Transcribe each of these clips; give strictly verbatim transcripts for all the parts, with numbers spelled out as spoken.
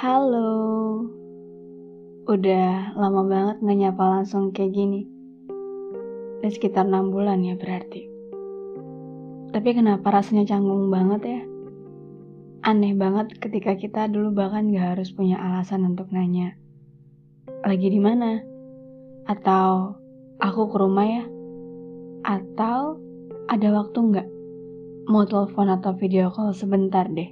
Halo, udah lama banget gak nyapa langsung kayak gini. Udah sekitar enam bulan ya berarti. Tapi kenapa rasanya canggung banget ya? Aneh banget ketika kita dulu bahkan gak harus punya alasan untuk nanya, lagi di mana? Atau aku ke rumah ya? Atau ada waktu gak? Mau telepon atau video call sebentar deh.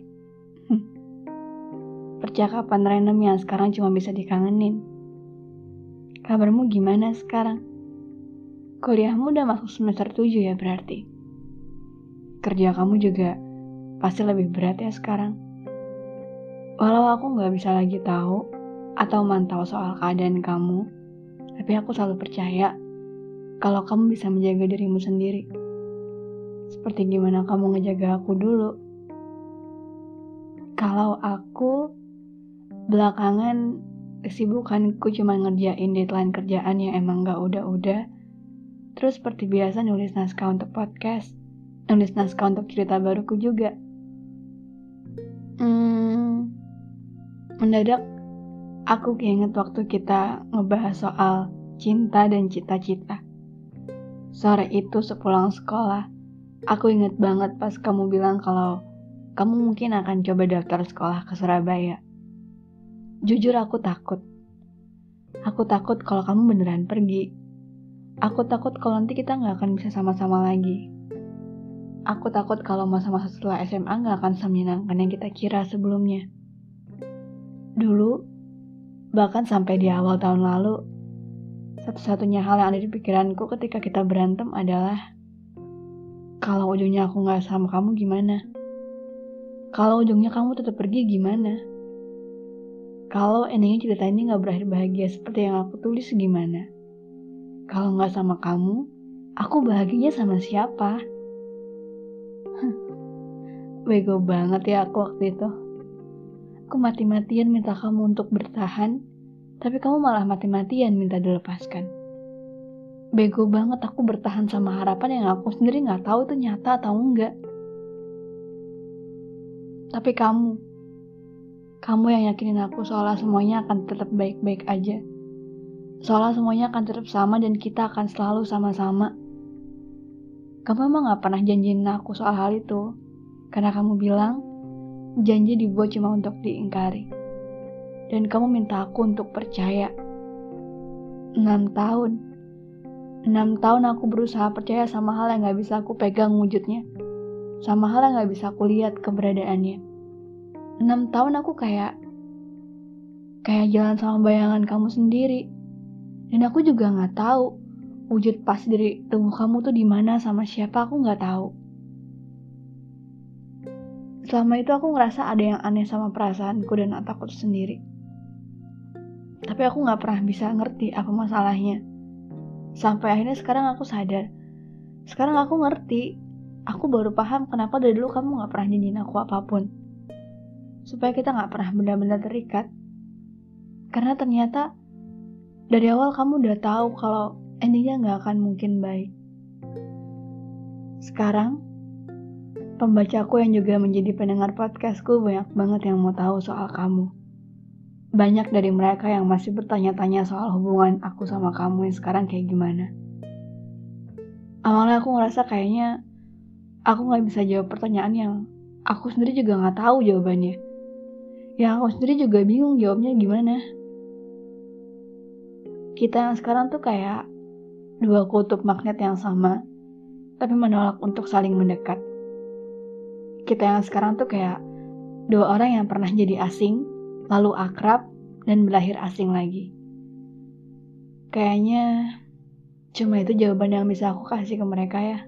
Percakapan random yang sekarang cuma bisa dikangenin. Kabarmu gimana sekarang? Kuliahmu udah masuk semester tujuh ya berarti. Kerja kamu juga pasti lebih berat ya sekarang. Walau aku gak bisa lagi tahu atau mantau soal keadaan kamu, tapi aku selalu percaya kalau kamu bisa menjaga dirimu sendiri. Seperti gimana kamu ngejaga aku dulu. Kalau aku belakangan kesibukanku cuma ngerjain deadline kerjaan yang emang gak udah-udah. Terus seperti biasa nulis naskah untuk podcast, nulis naskah untuk cerita baruku juga. Hmm, mendadak aku keinget waktu kita ngebahas soal cinta dan cita-cita. Sore itu sepulang sekolah, aku inget banget pas kamu bilang kalau kamu mungkin akan coba daftar sekolah ke Surabaya. Jujur aku takut. Aku takut kalau kamu beneran pergi. Aku takut kalau nanti kita gak akan bisa sama-sama lagi. Aku takut kalau masa-masa setelah S M A gak akan semenyenangkan yang kita kira sebelumnya. Dulu, bahkan sampai di awal tahun lalu, satu-satunya hal yang ada di pikiranku ketika kita berantem adalah kalau ujungnya aku gak sama kamu gimana? Kalau ujungnya kamu tetap pergi gimana? Kalau endingnya cerita ini gak berakhir bahagia seperti yang aku tulis gimana? Kalau gak sama kamu, aku bahagianya sama siapa? Bego banget ya aku waktu itu. Aku mati-matian minta kamu untuk bertahan, tapi kamu malah mati-matian minta dilepaskan. Bego banget aku bertahan sama harapan yang aku sendiri gak tahu itu nyata atau enggak. Tapi kamu, kamu yang yakinin aku seolah semuanya akan tetap baik-baik aja. Seolah semuanya akan tetap sama dan kita akan selalu sama-sama. Kamu emang gak pernah janjiin aku soal hal itu. Karena kamu bilang, janji dibuat cuma untuk diingkari. Dan kamu minta aku untuk percaya. Enam tahun. Enam tahun aku berusaha percaya sama hal yang gak bisa aku pegang wujudnya. Sama hal yang gak bisa aku lihat keberadaannya. Enam tahun aku kayak kayak jalan sama bayangan kamu sendiri. Dan aku juga gak tahu wujud pas dari tubuh kamu tuh di mana sama siapa, aku gak tahu. Selama itu aku ngerasa ada yang aneh sama perasaanku dan otakku sendiri. Tapi aku gak pernah bisa ngerti apa masalahnya. Sampai akhirnya sekarang aku sadar. Sekarang aku ngerti. Aku baru paham kenapa dari dulu kamu gak pernah janjiin aku apapun. Supaya kita gak pernah benar-benar terikat. Karena ternyata dari awal kamu udah tahu kalau endingnya gak akan mungkin baik. Sekarang, pembacaku yang juga menjadi pendengar podcastku banyak banget yang mau tahu soal kamu. Banyak dari mereka yang masih bertanya-tanya soal hubungan aku sama kamu yang sekarang kayak gimana. Awalnya aku ngerasa kayaknya aku gak bisa jawab pertanyaan yang aku sendiri juga gak tahu jawabannya. Yang aku sendiri juga bingung jawabnya gimana. Kita yang sekarang tuh kayak dua kutub magnet yang sama, tapi menolak untuk saling mendekat. Kita yang sekarang tuh kayak dua orang yang pernah jadi asing, lalu akrab, dan berakhir asing lagi. Kayaknya cuma itu jawaban yang bisa aku kasih ke mereka ya.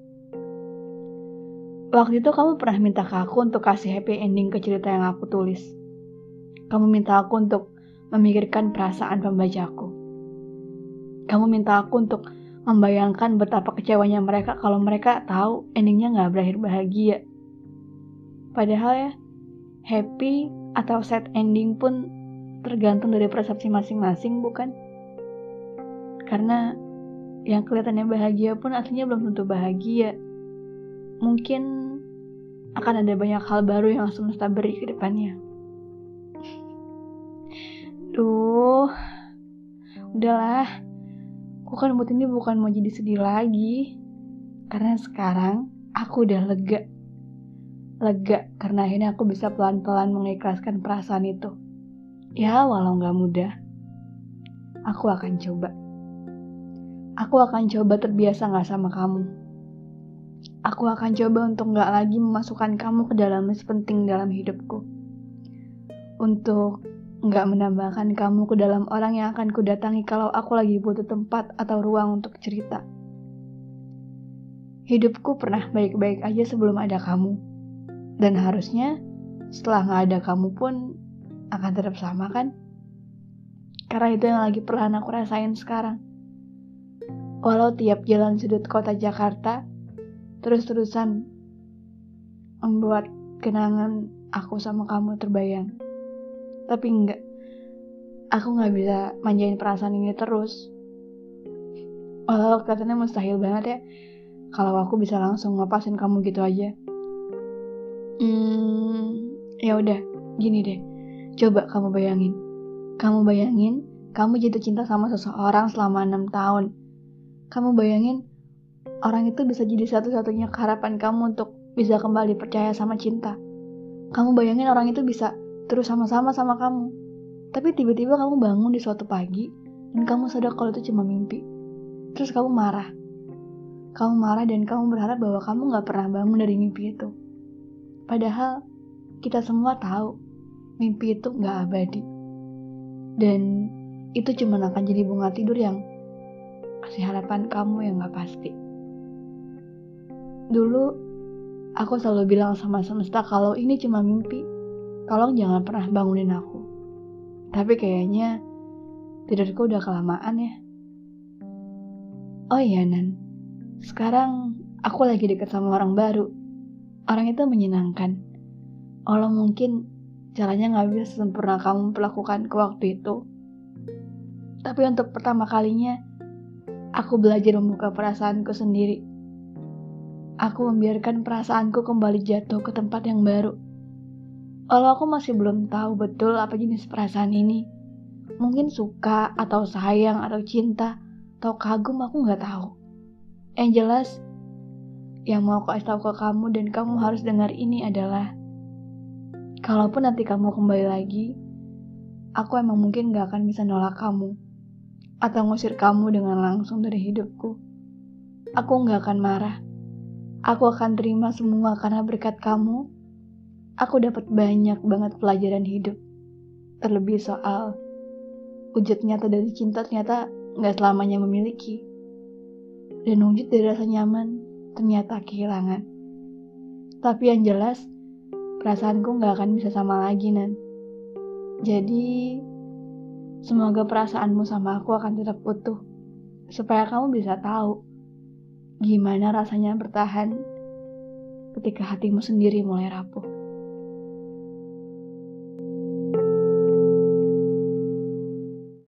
Waktu itu kamu pernah minta ke aku untuk kasih happy ending ke cerita yang aku tulis. Kamu minta aku untuk memikirkan perasaan pembacaku. Kamu minta aku untuk membayangkan betapa kecewanya mereka kalau mereka tahu endingnya gak berakhir bahagia. Padahal ya, happy atau sad ending pun tergantung dari persepsi masing-masing, bukan? Karena yang kelihatannya bahagia pun aslinya belum tentu bahagia. Mungkin akan ada banyak hal baru yang semesta beri ke depannya. Duh, udahlah. Aku kan mood ini bukan mau jadi sedih lagi. Karena sekarang aku udah lega. Lega karena akhirnya aku bisa pelan-pelan mengikhlaskan perasaan itu. Ya, walau gak mudah. Aku akan coba. Aku akan coba terbiasa gak sama kamu. Aku akan coba untuk gak lagi memasukkan kamu ke dalam list penting dalam hidupku. Untuk gak menambahkan kamu ke dalam orang yang akan kudatangi kalau aku lagi butuh tempat atau ruang untuk cerita. Hidupku pernah baik-baik aja sebelum ada kamu. Dan harusnya setelah gak ada kamu pun akan tetap sama kan? Karena itu yang lagi perlahan aku rasain sekarang. Walau tiap jalan sudut kota Jakarta terus-terusan membuat kenangan aku sama kamu terbayang. Tapi enggak, aku gak bisa manjain perasaan ini terus. Walau katanya mustahil banget ya kalau aku bisa langsung ngepasin kamu gitu aja. Hmm, ya udah, gini deh. Coba kamu bayangin. Kamu bayangin kamu jatuh cinta sama seseorang selama enam tahun. Kamu bayangin orang itu bisa jadi satu-satunya harapan kamu untuk bisa kembali percaya sama cinta. Kamu bayangin orang itu bisa terus sama-sama sama kamu. Tapi tiba-tiba kamu bangun di suatu pagi dan kamu sadar kalau itu cuma mimpi. Terus kamu marah. Kamu marah dan kamu berharap bahwa kamu gak pernah bangun dari mimpi itu. Padahal kita semua tahu mimpi itu gak abadi. Dan itu cuma akan jadi bunga tidur yang kasih harapan kamu yang gak pasti. Dulu aku selalu bilang sama semesta kalau ini cuma mimpi. Tolong jangan pernah bangunin aku. Tapi kayaknya tidurku udah kelamaan ya. Oh iya Nan, sekarang aku lagi deket sama orang baru. Orang itu menyenangkan. Walau mungkin caranya gak bisa sesempurna kamu melakukan ke waktu itu. Tapi untuk pertama kalinya, aku belajar membuka perasaanku sendiri. Aku membiarkan perasaanku kembali jatuh ke tempat yang baru. Walau aku masih belum tahu betul apa jenis perasaan ini. Mungkin suka, atau sayang, atau cinta, atau kagum, aku gak tahu. Yang jelas, yang mau aku kasih tahu ke kamu dan kamu harus dengar ini adalah kalaupun nanti kamu kembali lagi, aku emang mungkin gak akan bisa nolak kamu atau ngusir kamu dengan langsung dari hidupku. Aku gak akan marah. Aku akan terima semua karena berkat kamu, aku dapat banyak banget pelajaran hidup. Terlebih soal wujud nyata dari cinta ternyata gak selamanya memiliki. Dan wujud dari rasa nyaman ternyata kehilangan. Tapi yang jelas, perasaanku gak akan bisa sama lagi, Nan. Jadi, semoga perasaanmu sama aku akan tetap utuh. Supaya kamu bisa tahu gimana rasanya bertahan ketika hatimu sendiri mulai rapuh.